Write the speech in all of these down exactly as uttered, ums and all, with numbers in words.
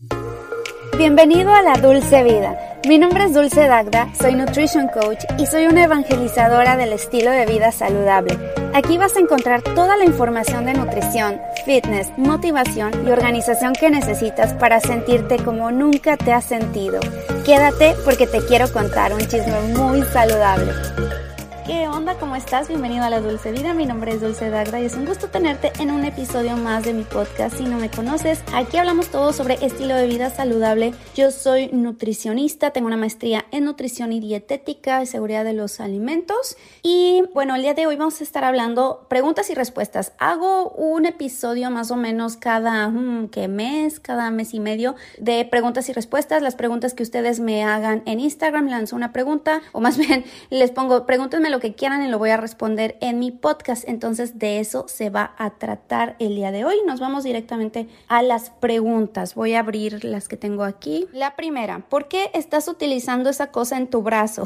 Bienvenido a La Dulce Vida. Mi nombre es Dulce Dagda, soy Nutrition Coach y soy una evangelizadora del estilo de vida saludable. Aquí vas a encontrar toda la información de nutrición, fitness, motivación y organización que necesitas para sentirte como nunca te has sentido. Quédate porque te quiero contar un chisme muy saludable. ¿Qué onda? ¿Cómo estás? Bienvenido a La Dulce Vida. Mi nombre es Dulce Dagda y es un gusto tenerte en un episodio más de mi podcast. Si no me conoces, aquí hablamos todo sobre estilo de vida saludable. Yo soy nutricionista, tengo una maestría en nutrición y dietética y seguridad de los alimentos. Y bueno, el día de hoy vamos a estar hablando preguntas y respuestas. Hago un episodio más o menos cada hmm, ¿qué mes? Cada mes y medio de preguntas y respuestas. Las preguntas que ustedes me hagan en Instagram, lanzo una pregunta o más bien les pongo, pregúntenme lo que quieran y lo voy a responder en mi podcast. Entonces de eso se va a tratar el día de hoy. Nos vamos directamente a las preguntas. Voy a abrir las que tengo aquí. La primera, ¿por qué estás utilizando esa cosa en tu brazo?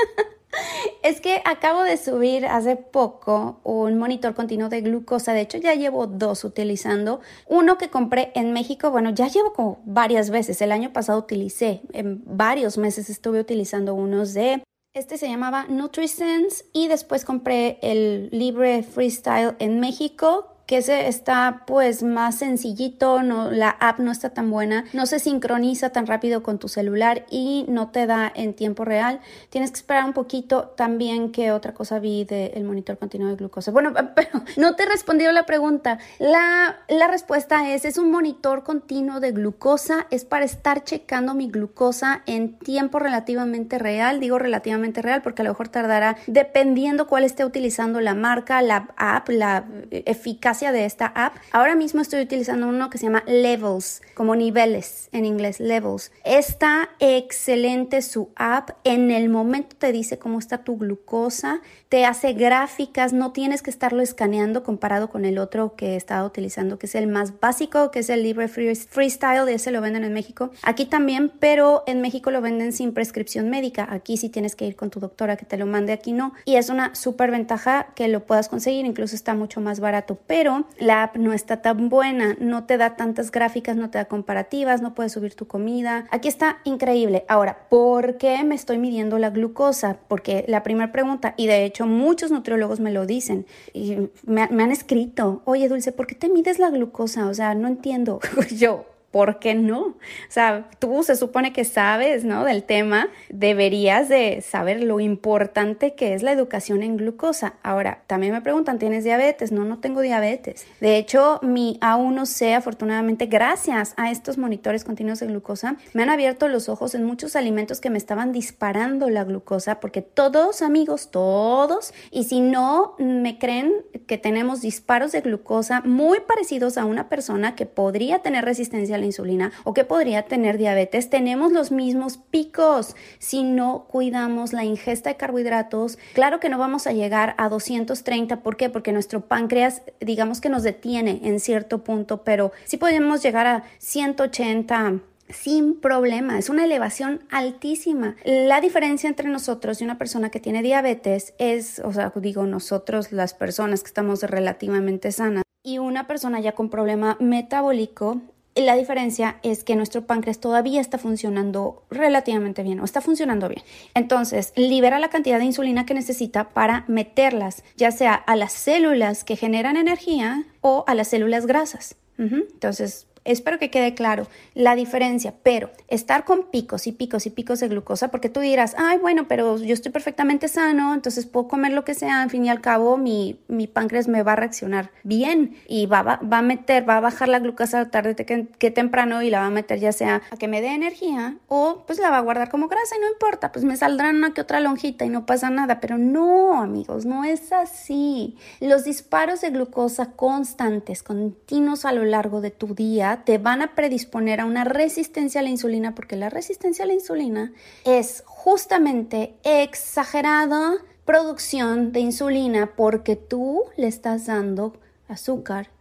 Es que acabo de subir hace poco un monitor continuo de glucosa. De hecho, ya llevo dos utilizando. Uno que compré en México, bueno, ya llevo como varias veces. El año pasado utilicé, en varios meses estuve utilizando unos de... Este se llamaba NutriSense y después compré el Libre Freestyle en México, que ese está pues más sencillito, no, la app no está tan buena, no se sincroniza tan rápido con tu celular y no te da en tiempo real. Tienes que esperar un poquito. También, que otra cosa vi del monitor continuo de glucosa. Bueno, pero no te he respondido la pregunta. La, la respuesta es, es un monitor continuo de glucosa, es para estar checando mi glucosa en tiempo relativamente real. Digo relativamente real porque a lo mejor tardará, dependiendo cuál esté utilizando la marca, la app, la eficacia de esta app. Ahora mismo estoy utilizando uno que se llama Levels, como niveles en inglés, Levels. Está excelente su app. En el momento te dice cómo está tu glucosa, te hace gráficas, no tienes que estarlo escaneando comparado con el otro que estaba utilizando, que es el más básico, que es el Libre Freestyle. Ese lo venden en México. Aquí también, pero en México lo venden sin prescripción médica. Aquí sí tienes que ir con tu doctora que te lo mande, aquí no. Y es una súper ventaja que lo puedas conseguir, incluso está mucho más barato, pero la app no está tan buena, no te da tantas gráficas, no te da comparativas, no puedes subir tu comida. Aquí está increíble. Ahora, ¿por qué me estoy midiendo la glucosa? Porque la primera pregunta, y de hecho muchos nutriólogos me lo dicen y me, me han escrito, oye Dulce, ¿por qué te mides la glucosa? O sea, no entiendo. Yo, ¿por qué no? O sea, tú se supone que sabes, ¿no?, del tema, deberías de saber lo importante que es la educación en glucosa. Ahora, también me preguntan, ¿tienes diabetes? No, no tengo diabetes. De hecho, mi A uno C, afortunadamente, gracias a estos monitores continuos de glucosa, me han abierto los ojos en muchos alimentos que me estaban disparando la glucosa, porque todos, amigos, todos, y si no me creen que tenemos disparos de glucosa muy parecidos a una persona que podría tener resistencia a la insulina o que podría tener diabetes, tenemos los mismos picos si no cuidamos la ingesta de carbohidratos. Claro que no vamos a llegar a doscientos treinta, ¿por qué? Porque nuestro páncreas, digamos que nos detiene en cierto punto, pero sí podemos llegar a ciento ochenta sin problema. Es una elevación altísima. La diferencia entre nosotros y una persona que tiene diabetes es, o sea, digo nosotros, las personas que estamos relativamente sanas, y una persona ya con problema metabólico. La diferencia es que nuestro páncreas todavía está funcionando relativamente bien o está funcionando bien. Entonces, libera la cantidad de insulina que necesita para meterlas, ya sea a las células que generan energía o a las células grasas. Uh-huh. Entonces, espero que quede claro la diferencia, pero estar con picos y picos y picos de glucosa, porque tú dirás, ay, bueno, pero yo estoy perfectamente sano, entonces puedo comer lo que sea, al fin y al cabo mi, mi páncreas me va a reaccionar bien y va, va, va a meter, va a bajar la glucosa tarde que, que temprano y la va a meter ya sea a que me dé energía o pues la va a guardar como grasa y no importa, pues me saldrán una que otra lonjita y no pasa nada, pero no, amigos, no es así. Los disparos de glucosa constantes, continuos a lo largo de tu día, te van a predisponer a una resistencia a la insulina, porque la resistencia a la insulina es justamente exagerada producción de insulina porque tú le estás dando azúcar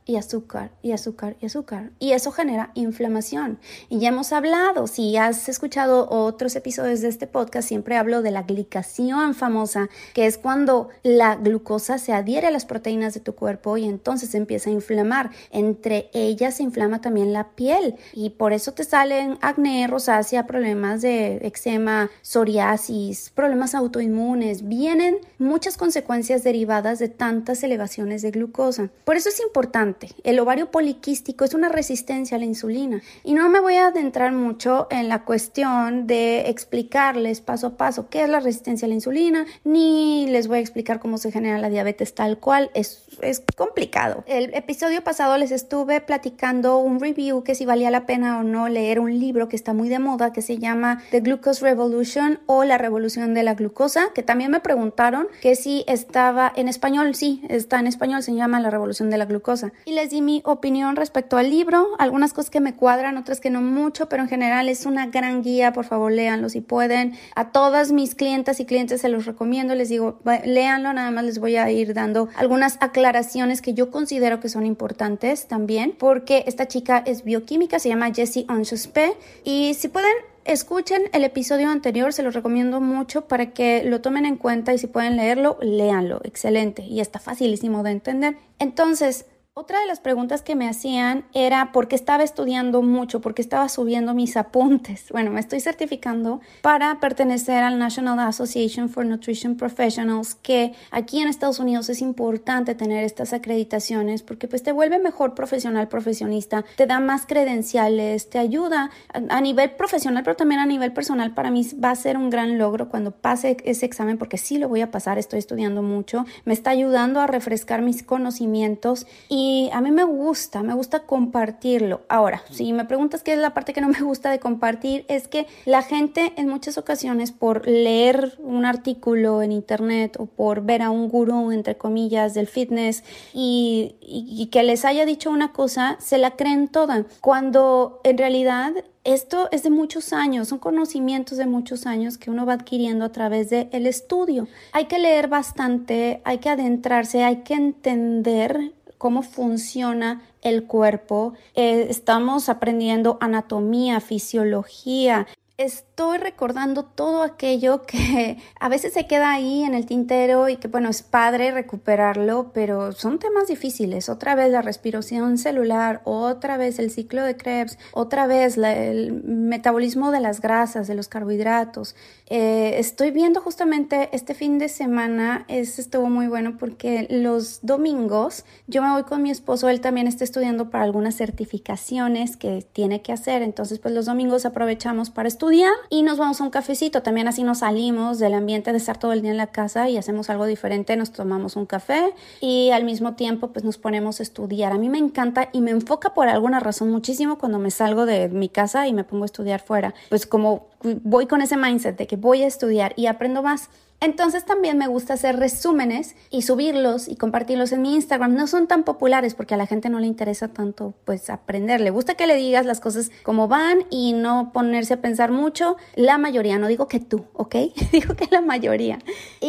y azúcar y azúcar y azúcar. Y eso genera inflamación. Y ya hemos hablado, si has escuchado otros episodios de este podcast, siempre hablo de la glicación famosa, que es cuando la glucosa se adhiere a las proteínas de tu cuerpo y entonces se empieza a inflamar. Entre ellas se inflama también la piel y por eso te salen acné, rosácea, problemas de eczema, psoriasis, problemas autoinmunes. Vienen muchas consecuencias derivadas de tantas elevaciones de glucosa. Por eso es importante. El ovario poliquístico es una resistencia a la insulina. Y no me voy a adentrar mucho en la cuestión de explicarles paso a paso qué es la resistencia a la insulina, ni les voy a explicar cómo se genera la diabetes tal cual. Es, es complicado. El episodio pasado les estuve platicando un review que si valía la pena o no leer un libro que está muy de moda que se llama The Glucose Revolution o La Revolución de la Glucosa, que también me preguntaron que si estaba en español. Sí, está en español, se llama La Revolución de la Glucosa. Y les di mi opinión respecto al libro, algunas cosas que me cuadran, otras que no mucho, pero en general es una gran guía. Por favor, léanlo si pueden. A todas mis clientas y clientes se los recomiendo, les digo, léanlo, nada más les voy a ir dando algunas aclaraciones que yo considero que son importantes también, porque esta chica es bioquímica, se llama Jessie Onchuspe, y si pueden, escuchen el episodio anterior, se los recomiendo mucho para que lo tomen en cuenta y si pueden leerlo, léanlo, excelente, y está facilísimo de entender. Entonces, otra de las preguntas que me hacían era por qué estaba estudiando mucho, por qué estaba subiendo mis apuntes. Bueno, me estoy certificando para pertenecer al National Association for Nutrition Professionals, que aquí en Estados Unidos es importante tener estas acreditaciones porque pues te vuelve mejor profesional, profesionista, te da más credenciales, te ayuda a, a nivel profesional, pero también a nivel personal. Para mí va a ser un gran logro cuando pase ese examen porque sí lo voy a pasar, estoy estudiando mucho, me está ayudando a refrescar mis conocimientos y Y a mí me gusta, me gusta compartirlo. Ahora, si me preguntas qué es la parte que no me gusta de compartir, es que la gente en muchas ocasiones por leer un artículo en internet o por ver a un gurú, entre comillas, del fitness y, y, y que les haya dicho una cosa, se la creen toda. Cuando en realidad esto es de muchos años, son conocimientos de muchos años que uno va adquiriendo a través del estudio. Hay que leer bastante, hay que adentrarse, hay que entender cómo funciona el cuerpo. Eh, estamos aprendiendo anatomía, fisiología. Estoy recordando todo aquello que a veces se queda ahí en el tintero y que, bueno, es padre recuperarlo, pero son temas difíciles. Otra vez la respiración celular, otra vez el ciclo de Krebs, otra vez la, el metabolismo de las grasas, de los carbohidratos. Eh, estoy viendo justamente este fin de semana, es, estuvo muy bueno porque los domingos yo me voy con mi esposo, él también está estudiando para algunas certificaciones que tiene que hacer, entonces pues los domingos aprovechamos para estudiar y nos vamos a un cafecito, también así nos salimos del ambiente de estar todo el día en la casa y hacemos algo diferente, nos tomamos un café y al mismo tiempo pues nos ponemos a estudiar. A mí me encanta y me enfoca por alguna razón muchísimo cuando me salgo de mi casa y me pongo a estudiar fuera, pues como voy con ese mindset de que voy a estudiar y aprendo más. Entonces también me gusta hacer resúmenes y subirlos y compartirlos en mi Instagram. No son tan populares porque a la gente no le interesa tanto pues aprender. Le gusta que le digas las cosas como van y no ponerse a pensar mucho. La mayoría, no digo que tú, ¿ok? Digo que la mayoría.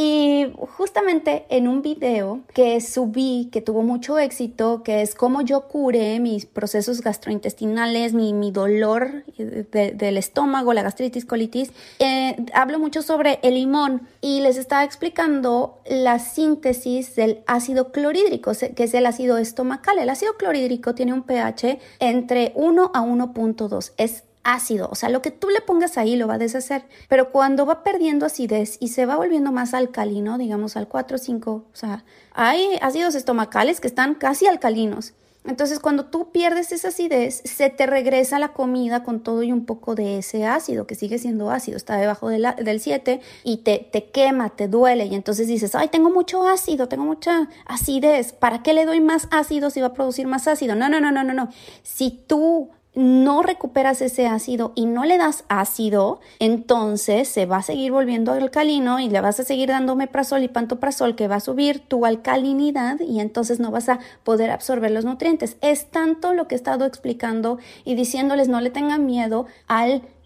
Y justamente en un video que subí, que tuvo mucho éxito, que es cómo yo curé mis procesos gastrointestinales, mi, mi dolor de, del estómago, la gastritis, colitis, eh, hablo mucho sobre el limón y les estaba explicando la síntesis del ácido clorhídrico, que es el ácido estomacal. El ácido clorhídrico tiene un pH entre uno a uno punto dos. Es ácido, o sea, lo que tú le pongas ahí lo va a deshacer, pero cuando va perdiendo acidez y se va volviendo más alcalino, digamos al cuatro o cinco, o sea, hay ácidos estomacales que están casi alcalinos. Entonces, cuando tú pierdes esa acidez, se te regresa la comida con todo y un poco de ese ácido, que sigue siendo ácido, está debajo de la, del siete y te, te quema, te duele. Y entonces dices, ay, tengo mucho ácido, tengo mucha acidez. ¿Para qué le doy más ácido si va a producir más ácido? No, no, no, no, no, no. Si tú no recuperas ese ácido y no le das ácido, entonces se va a seguir volviendo alcalino y le vas a seguir dando omeprazol y pantoprazol que va a subir tu alcalinidad y entonces no vas a poder absorber los nutrientes. Es tanto lo que he estado explicando y diciéndoles no le tengan miedo al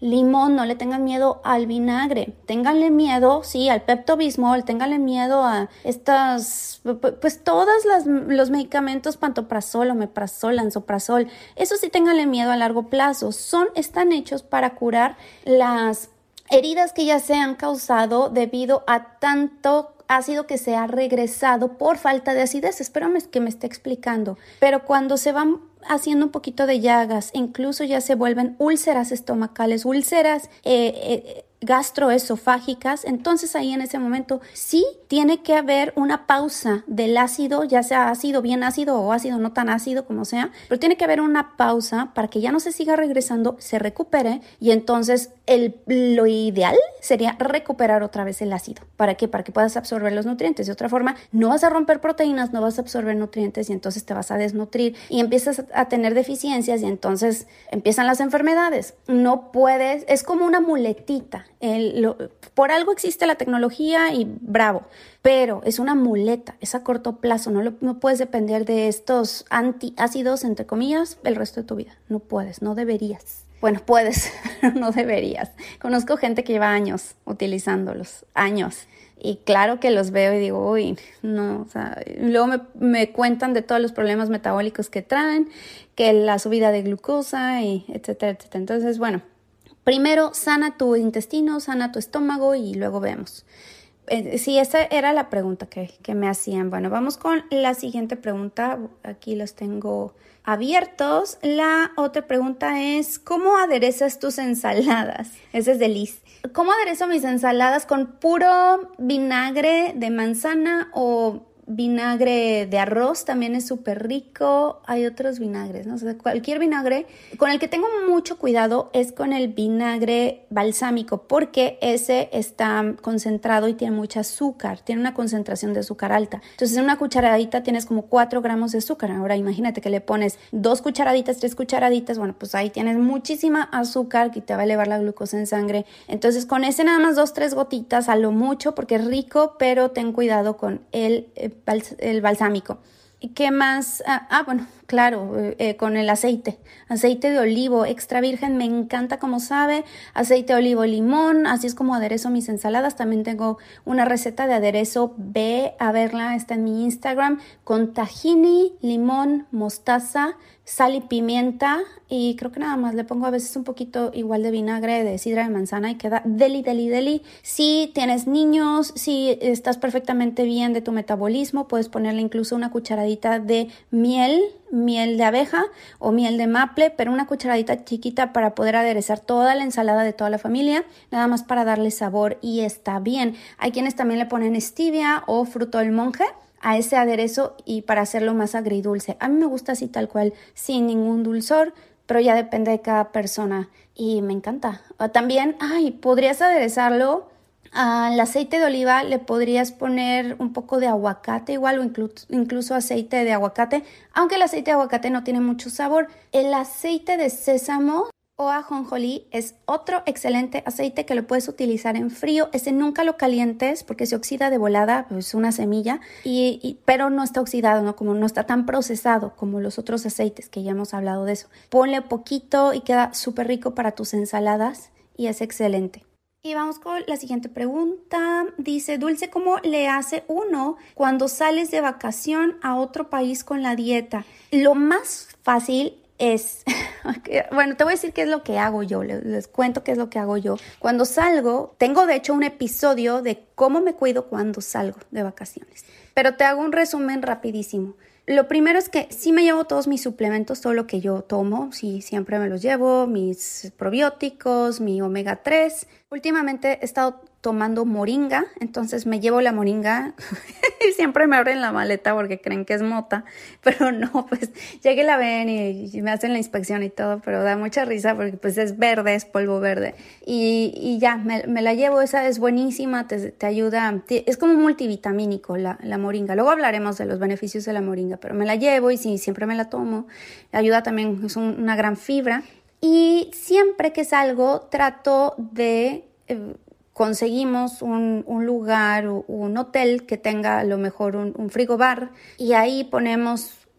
limón, no le tengan miedo al vinagre, ténganle miedo, sí, al Pepto-Bismol, ténganle miedo a estas, pues todos las, los medicamentos pantoprazol, omeprazol, lansoprazol, eso sí ténganle miedo a largo plazo, son, están hechos para curar las heridas que ya se han causado debido a tanto ácido que se ha regresado por falta de acidez. Espérame que me esté explicando. Pero cuando se van haciendo un poquito de llagas, incluso ya se vuelven úlceras estomacales, úlceras eh, eh, gastroesofágicas, entonces ahí en ese momento sí tiene que haber una pausa del ácido, ya sea ácido bien ácido o ácido no tan ácido, como sea, pero tiene que haber una pausa para que ya no se siga regresando, se recupere y entonces el, lo ideal sería recuperar otra vez el ácido. ¿Para qué? Para que puedas absorber los nutrientes. De otra forma, no vas a romper proteínas, no vas a absorber nutrientes y entonces te vas a desnutrir y empiezas a tener deficiencias y entonces empiezan las enfermedades. No puedes, es como una muletita. El, lo, por algo existe la tecnología y bravo, pero es una muleta, es a corto plazo, no, lo, no puedes depender de estos antiácidos, entre comillas, el resto de tu vida. No puedes, no deberías. Bueno, puedes, pero no deberías. Conozco gente que lleva años utilizándolos, años. Y claro que los veo y digo, uy, no, o sea, luego me, me cuentan de todos los problemas metabólicos que traen, que la subida de glucosa, y etcétera, etcétera. Entonces, bueno, primero sana tu intestino, sana tu estómago y luego vemos. Eh, sí, esa era la pregunta que, que me hacían. Bueno, vamos con la siguiente pregunta. Aquí los tengo abiertos. La otra pregunta es, ¿cómo aderezas tus ensaladas? Esa es de Liz. ¿Cómo aderezo mis ensaladas? ¿Con puro vinagre de manzana o vinagre de arroz? También es súper rico. Hay otros vinagres, ¿no? O sea, cualquier vinagre. Con el que tengo mucho cuidado es con el vinagre balsámico, porque ese está concentrado y tiene mucho azúcar, tiene una concentración de azúcar alta. Entonces, en una cucharadita tienes como cuatro gramos de azúcar. Ahora, imagínate que le pones dos cucharaditas, tres cucharaditas, bueno, pues ahí tienes muchísima azúcar que te va a elevar la glucosa en sangre. Entonces, con ese nada más dos, tres gotitas a lo mucho, porque es rico, pero ten cuidado con el eh, el balsámico. ¿Y qué más? Ah, ah bueno, claro, eh, con el aceite. Aceite de olivo extra virgen, me encanta como sabe. Aceite de olivo limón, así es como aderezo mis ensaladas. También tengo una receta de aderezo, ve a verla, está en mi Instagram, con tahini, limón, mostaza, sal y pimienta, y creo que nada más le pongo a veces un poquito igual de vinagre de sidra de manzana y queda deli, deli, deli. Si tienes niños, si estás perfectamente bien de tu metabolismo, puedes ponerle incluso una cucharadita de miel, miel de abeja o miel de maple, pero una cucharadita chiquita para poder aderezar toda la ensalada de toda la familia, nada más para darle sabor y está bien. Hay quienes también le ponen stevia o fruto del monje a ese aderezo y para hacerlo más agridulce. A mí me gusta así tal cual, sin ningún dulzor, pero ya depende de cada persona y me encanta. También, ay, podrías aderezarlo al aceite de oliva, le podrías poner un poco de aguacate igual o inclu- incluso aceite de aguacate, aunque el aceite de aguacate no tiene mucho sabor. El aceite de sésamo o ajonjolí es otro excelente aceite que lo puedes utilizar en frío. Ese nunca lo calientes porque se oxida de volada, pues una semilla, y, y, pero no está oxidado, ¿no? Como no está tan procesado como los otros aceites que ya hemos hablado de eso. Ponle poquito y queda súper rico para tus ensaladas y es excelente. Y vamos con la siguiente pregunta. Dice, Dulce, ¿cómo le hace uno cuando sales de vacación a otro país con la dieta? Lo más fácil es, bueno, te voy a decir qué es lo que hago yo, les, les cuento qué es lo que hago yo. Cuando salgo, tengo de hecho un episodio de cómo me cuido cuando salgo de vacaciones, pero te hago un resumen rapidísimo. Lo primero es que sí me llevo todos mis suplementos, todo lo que yo tomo, sí, siempre me los llevo, mis probióticos, mi omega tres. Últimamente he estado tomando moringa, entonces me llevo la moringa y siempre me abren la maleta porque creen que es mota, pero no, pues ya que la ven y, y me hacen la inspección y todo, pero da mucha risa porque pues es verde, es polvo verde y, y ya, me, me la llevo, esa es buenísima, te, te ayuda, te, es como multivitamínico la, la moringa, luego hablaremos de los beneficios de la moringa, pero me la llevo y sí, siempre me la tomo, ayuda también, es un, una gran fibra y siempre que salgo trato de... Eh, conseguimos un, un lugar o un hotel que tenga a lo mejor un, un frigobar y ahí ponemos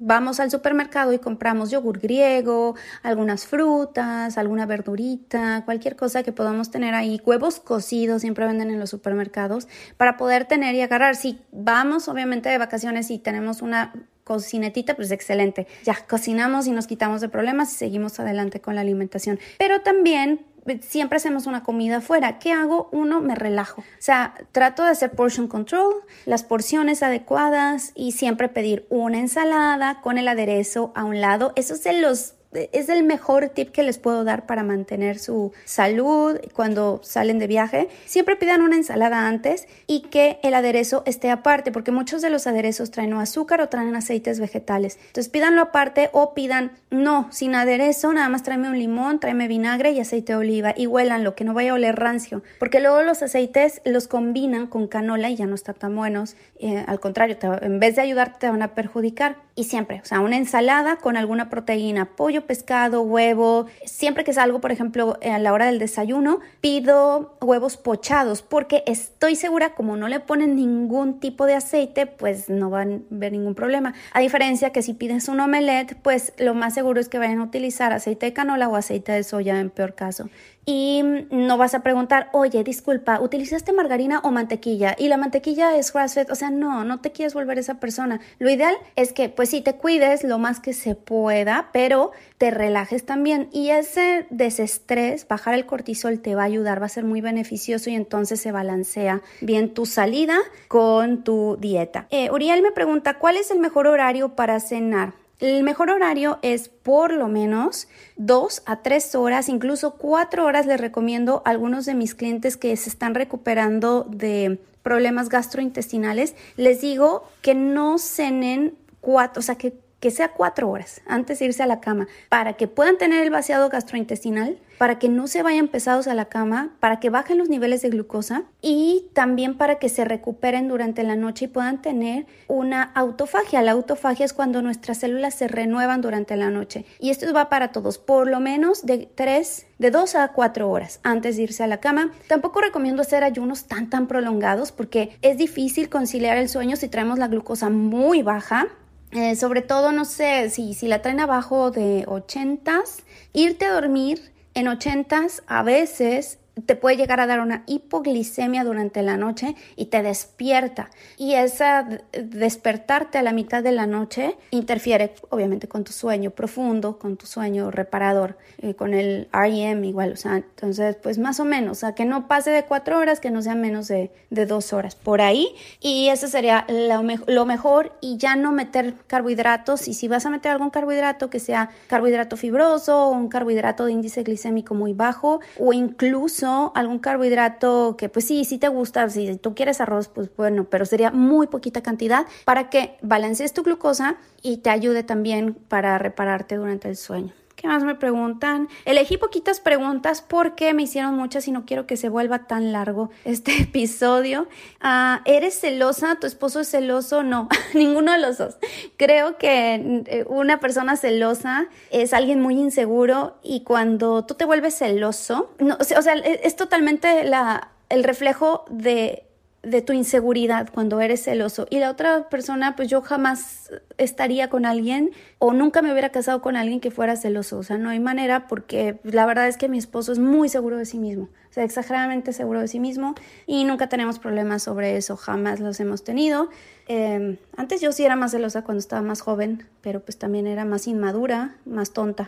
vamos al supermercado y compramos yogur griego, algunas frutas, alguna verdurita, cualquier cosa que podamos tener ahí. Huevos cocidos siempre venden en los supermercados para poder tener y agarrar. Si vamos obviamente de vacaciones y tenemos una cocinetita, pues excelente. Ya cocinamos y nos quitamos de problemas y seguimos adelante con la alimentación. Pero también siempre hacemos una comida afuera. ¿Qué hago? Uno, me relajo. O sea, trato de hacer portion control, las porciones adecuadas y siempre pedir una ensalada con el aderezo a un lado. Eso es de los es el mejor tip que les puedo dar para mantener su salud cuando salen de viaje. Siempre pidan una ensalada antes y que el aderezo esté aparte, porque muchos de los aderezos traen o azúcar o traen aceites vegetales. Entonces pídanlo aparte o pidan, no, sin aderezo, nada más tráeme un limón, tráeme vinagre y aceite de oliva y huélanlo, que no vaya a oler rancio, porque luego los aceites los combinan con canola y ya no están tan buenos. Eh, al contrario, te, en vez de ayudarte te van a perjudicar. Y siempre, o sea, una ensalada con alguna proteína, pollo, pescado, huevo. Siempre que salgo, por ejemplo, a la hora del desayuno, pido huevos pochados porque estoy segura, como no le ponen ningún tipo de aceite, pues no van a ver ningún problema. A diferencia que si pides un omelette, pues lo más seguro es que vayan a utilizar aceite de canola o aceite de soya en peor caso. Y no vas a preguntar, oye, disculpa, ¿utilizaste margarina o mantequilla? Y la mantequilla es grass-fed. O sea, no, no te quieres volver esa persona. Lo ideal es que, pues sí, te cuides lo más que se pueda, pero te relajes también. Y ese desestrés, bajar el cortisol, te va a ayudar, va a ser muy beneficioso y entonces se balancea bien tu salida con tu dieta. Eh, Uriel me pregunta, ¿cuál es el mejor horario para cenar? El mejor horario es por lo menos dos a tres horas, incluso cuatro horas. Les recomiendo a algunos de mis clientes que se están recuperando de problemas gastrointestinales. Les digo que no cenen cuatro, o sea, que, que sea cuatro horas antes de irse a la cama para que puedan tener el vaciado gastrointestinal, para que no se vayan pesados a la cama, para que bajen los niveles de glucosa y también para que se recuperen durante la noche y puedan tener una autofagia. La autofagia es cuando nuestras células se renuevan durante la noche y esto va para todos, por lo menos de tres, de dos a cuatro horas antes de irse a la cama. Tampoco recomiendo hacer ayunos tan tan prolongados porque es difícil conciliar el sueño si traemos la glucosa muy baja. Eh, sobre todo, no sé, si, si la traen abajo de ochentas, irte a dormir en ochentas a veces te puede llegar a dar una hipoglicemia durante la noche y te despierta. Y esa despertarte a la mitad de la noche interfiere obviamente con tu sueño profundo, con tu sueño reparador, eh, con el R E M igual. O sea, entonces pues más o menos, o sea, que no pase de cuatro horas, que no sea menos de, de dos horas por ahí. Y eso sería lo, me- lo mejor y ya no meter carbohidratos. Y si vas a meter algún carbohidrato, que sea carbohidrato fibroso o un carbohidrato de índice glicémico muy bajo o incluso algún carbohidrato que pues sí, sí te gusta, si tú quieres arroz, pues bueno, pero sería muy poquita cantidad para que balancees tu glucosa y te ayude también para repararte durante el sueño. ¿Qué más me preguntan? Elegí poquitas preguntas porque me hicieron muchas y no quiero que se vuelva tan largo este episodio. Uh, ¿Eres celosa? ¿Tu esposo es celoso? No, ninguno de los dos. Creo que una persona celosa es alguien muy inseguro y cuando tú te vuelves celoso, no, o sea, o sea es totalmente la, el reflejo de... de tu inseguridad cuando eres celoso. Y la otra persona, pues yo jamás estaría con alguien o nunca me hubiera casado con alguien que fuera celoso. O sea, no hay manera porque la verdad es que mi esposo es muy seguro de sí mismo. O sea, exageradamente seguro de sí mismo y nunca tenemos problemas sobre eso. Jamás los hemos tenido. Eh, antes yo sí era más celosa cuando estaba más joven, pero pues también era más inmadura, más tonta,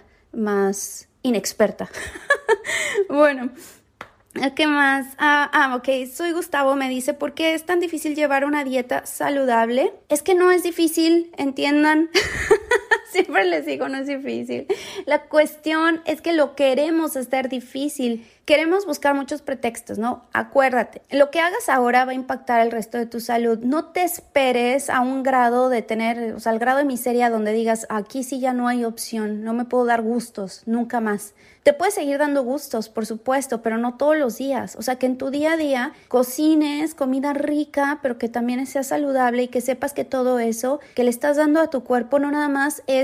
más inexperta. Bueno, ¿qué más? Ah, ah, ok, soy Gustavo, me dice, ¿por qué es tan difícil llevar una dieta saludable? Es que no es difícil, entiendan. Siempre les digo, no es difícil. La cuestión es que lo queremos hacer difícil. Queremos buscar muchos pretextos, ¿no? Acuérdate, lo que hagas ahora va a impactar el resto de tu salud. No te esperes a un grado de tener, o sea, al grado de miseria donde digas, aquí sí ya no hay opción, no me puedo dar gustos, nunca más. Te puedes seguir dando gustos, por supuesto, pero no todos los días. O sea, que en tu día a día cocines comida rica, pero que también sea saludable y que sepas que todo eso que le estás dando a tu cuerpo no nada más es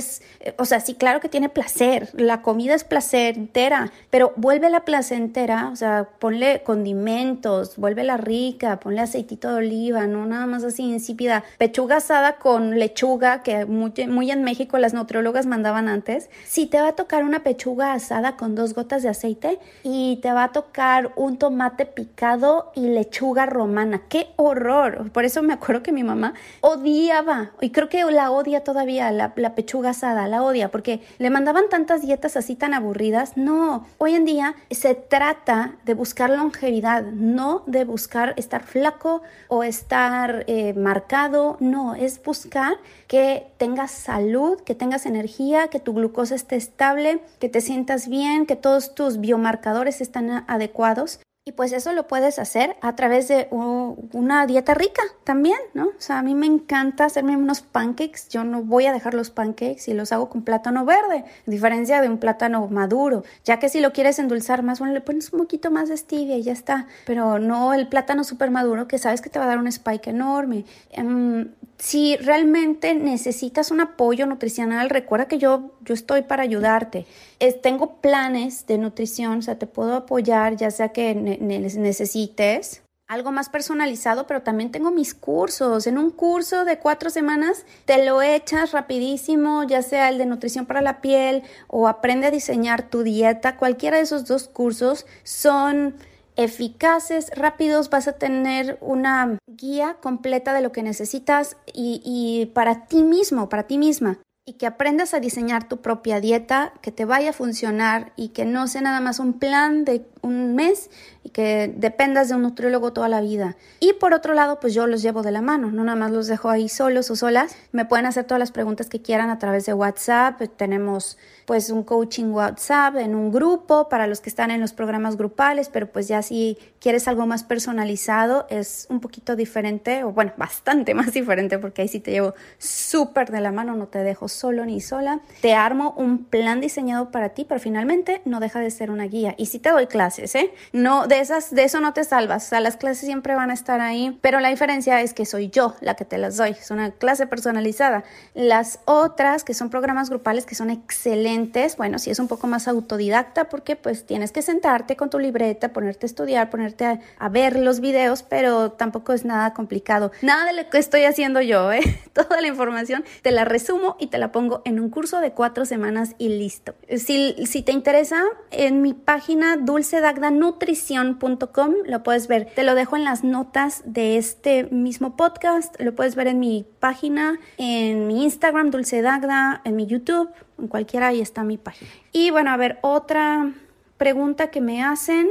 es, o sea, sí, claro que tiene placer, la comida es placentera, pero vuélvela placentera, o sea, ponle condimentos, vuélvela rica, ponle aceitito de oliva, no nada más así insípida, pechuga asada con lechuga, que muy, muy en México las nutriólogas mandaban antes. Si te va a tocar una pechuga asada con dos gotas de aceite y te va a tocar un tomate picado y lechuga romana, ¡qué horror! Por eso me acuerdo que mi mamá odiaba, y creo que la odia todavía, la, la pechuga asada, la odia, porque le mandaban tantas dietas así tan aburridas. No, hoy en día se trata de buscar longevidad, no de buscar estar flaco o estar eh, marcado, no, es buscar que tengas salud, que tengas energía, que tu glucosa esté estable, que te sientas bien, que todos tus biomarcadores están adecuados. Y pues eso lo puedes hacer a través de uh, una dieta rica también, ¿no? O sea, a mí me encanta hacerme unos pancakes. Yo no voy a dejar los pancakes y los hago con plátano verde, a diferencia de un plátano maduro. Ya que si lo quieres endulzar más, bueno, le pones un poquito más de stevia y ya está. Pero no el plátano súper maduro que sabes que te va a dar un spike enorme. Um, si realmente necesitas un apoyo nutricional, recuerda que yo, yo estoy para ayudarte. Es, tengo planes de nutrición, o sea, te puedo apoyar, ya sea que ne- necesites algo más personalizado, pero también tengo mis cursos. En un curso de cuatro semanas te lo echas rapidísimo, ya sea el de nutrición para la piel o aprende a diseñar tu dieta. Cualquiera de esos dos cursos son eficaces, rápidos, vas a tener una guía completa de lo que necesitas y, y para ti mismo, para ti misma. Y que aprendas a diseñar tu propia dieta, que te vaya a funcionar y que no sea nada más un plan de un mes y que dependas de un nutriólogo toda la vida. Y por otro lado, pues yo los llevo de la mano, no nada más los dejo ahí solos o solas. Me pueden hacer todas las preguntas que quieran a través de WhatsApp. Tenemos pues un coaching WhatsApp en un grupo para los que están en los programas grupales, pero pues ya si quieres algo más personalizado es un poquito diferente, o bueno, bastante más diferente, porque ahí sí te llevo súper de la mano, no te dejo solo ni sola. Te armo un plan diseñado para ti, pero finalmente no deja de ser una guía. Y sí te doy clases, ¿eh? No, de esas, de eso no te salvas. O sea, las clases siempre van a estar ahí, pero la diferencia es que soy yo la que te las doy. Es una clase personalizada. Las otras, que son programas grupales, que son excelentes, bueno, sí es un poco más autodidacta, porque pues tienes que sentarte con tu libreta, ponerte a estudiar, ponerte a, a ver los videos, pero tampoco es nada complicado. Nada de lo que estoy haciendo yo, ¿eh? Toda la información te la resumo y te la pongo en un curso de cuatro semanas y listo. Si, si te interesa, en mi página dulce dagda nutrición punto com lo puedes ver. Te lo dejo en las notas de este mismo podcast. Lo puedes ver en mi página, en mi Instagram, Dulce Dagda, en mi YouTube, en cualquiera, ahí está mi página. Y bueno, a ver, otra pregunta que me hacen.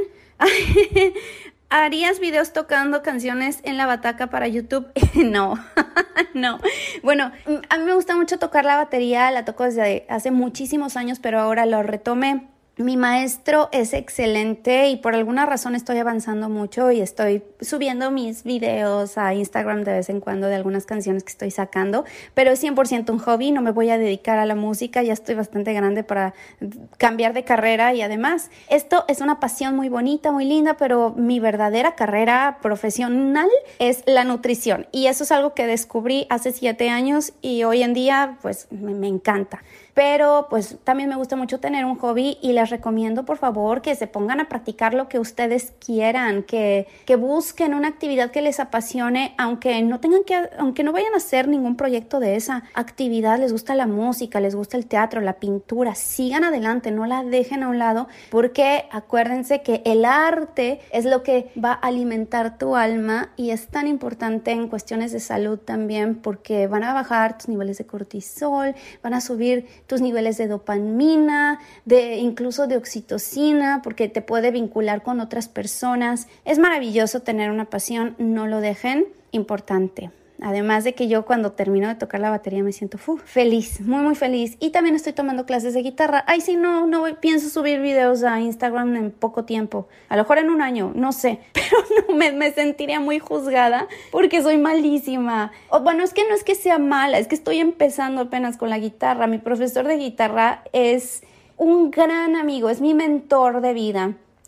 ¿Harías videos tocando canciones en la bataca para YouTube? No, no. Bueno, a mí me gusta mucho tocar la batería, la toco desde hace muchísimos años, pero ahora lo retomé. Mi maestro es excelente y por alguna razón estoy avanzando mucho y estoy subiendo mis videos a Instagram de vez en cuando de algunas canciones que estoy sacando, pero es cien por ciento un hobby, no me voy a dedicar a la música, ya estoy bastante grande para cambiar de carrera y además esto es una pasión muy bonita, muy linda, pero mi verdadera carrera profesional es la nutrición y eso es algo que descubrí hace siete años y hoy en día pues me, me encanta. Pero pues también me gusta mucho tener un hobby y les recomiendo por favor que se pongan a practicar lo que ustedes quieran, que, que busquen una actividad que les apasione, aunque no tengan que, aunque no vayan a hacer ningún proyecto de esa actividad, les gusta la música, les gusta el teatro, la pintura, sigan adelante, no la dejen a un lado, porque acuérdense que el arte es lo que va a alimentar tu alma y es tan importante en cuestiones de salud también, porque van a bajar tus niveles de cortisol, van a subir tus niveles de dopamina, de incluso de oxitocina, porque te puede vincular con otras personas. Es maravilloso tener una pasión, no lo dejen, importante. Además de que yo cuando termino de tocar la batería me siento uf, feliz, muy muy feliz. Y también estoy tomando clases de guitarra. Ay, sí, no, no voy, pienso subir videos a Instagram en poco tiempo. A lo mejor en un año, no sé. Pero no, me, me sentiría muy juzgada porque soy malísima. O, bueno, es que no es que sea mala, es que estoy empezando apenas con la guitarra. Mi profesor de guitarra es un gran amigo, es mi mentor de vida.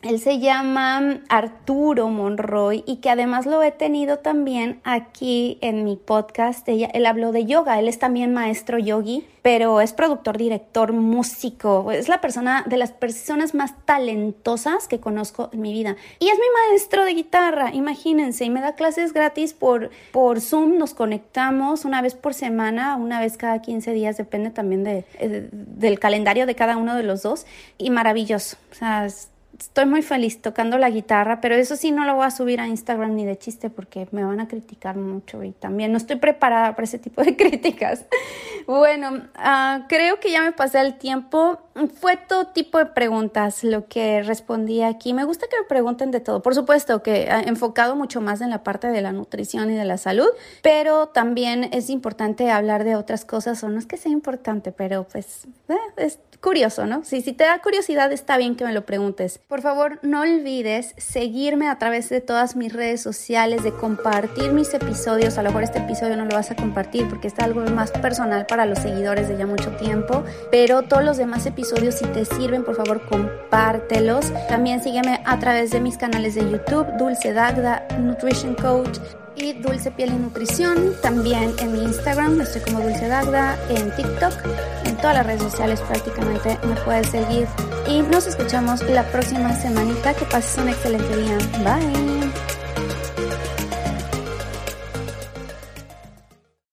Él se llama Arturo Monroy y que además lo he tenido también aquí en mi podcast. Ella, él habló de yoga, él es también maestro yogi, pero es productor, director, músico. Es la persona de las personas más talentosas que conozco en mi vida. Y es mi maestro de guitarra, imagínense, y me da clases gratis por, por Zoom. Nos conectamos una vez por semana, una vez cada quince días, depende también de, de, del calendario de cada uno de los dos. Y maravilloso, o sea, es, estoy muy feliz tocando la guitarra, pero eso sí no lo voy a subir a Instagram ni de chiste porque me van a criticar mucho y también no estoy preparada para ese tipo de críticas. Bueno, uh, creo que ya me pasé el tiempo. Fue todo tipo de preguntas lo que respondí aquí. Me gusta que me pregunten de todo. Por supuesto que he enfocado mucho más en la parte de la nutrición y de la salud, pero también es importante hablar de otras cosas, o no es que sea importante, pero pues eh, es curioso, ¿no? Sí, si te da curiosidad, está bien que me lo preguntes. Por favor, no olvides seguirme a través de todas mis redes sociales, de compartir mis episodios. A lo mejor este episodio no lo vas a compartir porque está algo más personal para los seguidores de ya mucho tiempo, pero todos los demás episodios, si te sirven, por favor, compártelos. También sígueme a través de mis canales de YouTube, Dulce Dagda, Nutrition Coach, y Dulce Piel y Nutrición. También en mi Instagram estoy como Dulce Dagda, en TikTok, en todas las redes sociales prácticamente me puedes seguir. Y nos escuchamos la próxima semanita. Que pases un excelente día. Bye.